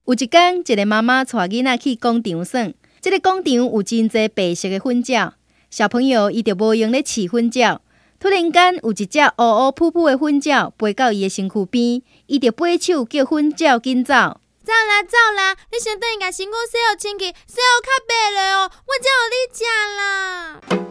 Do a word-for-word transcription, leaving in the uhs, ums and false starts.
有一天，一个妈妈带囡仔去广场耍，这个广场有真侪白色的粉鸟，小朋友伊就无用咧饲粉鸟。突然间，有一只乌乌扑扑的粉鸟飞到伊的身躯边，伊就拍手叫粉鸟紧走。 走啦走啦，你先等伊甲身躯洗好清气，洗好较白了哦，我才互你食啦。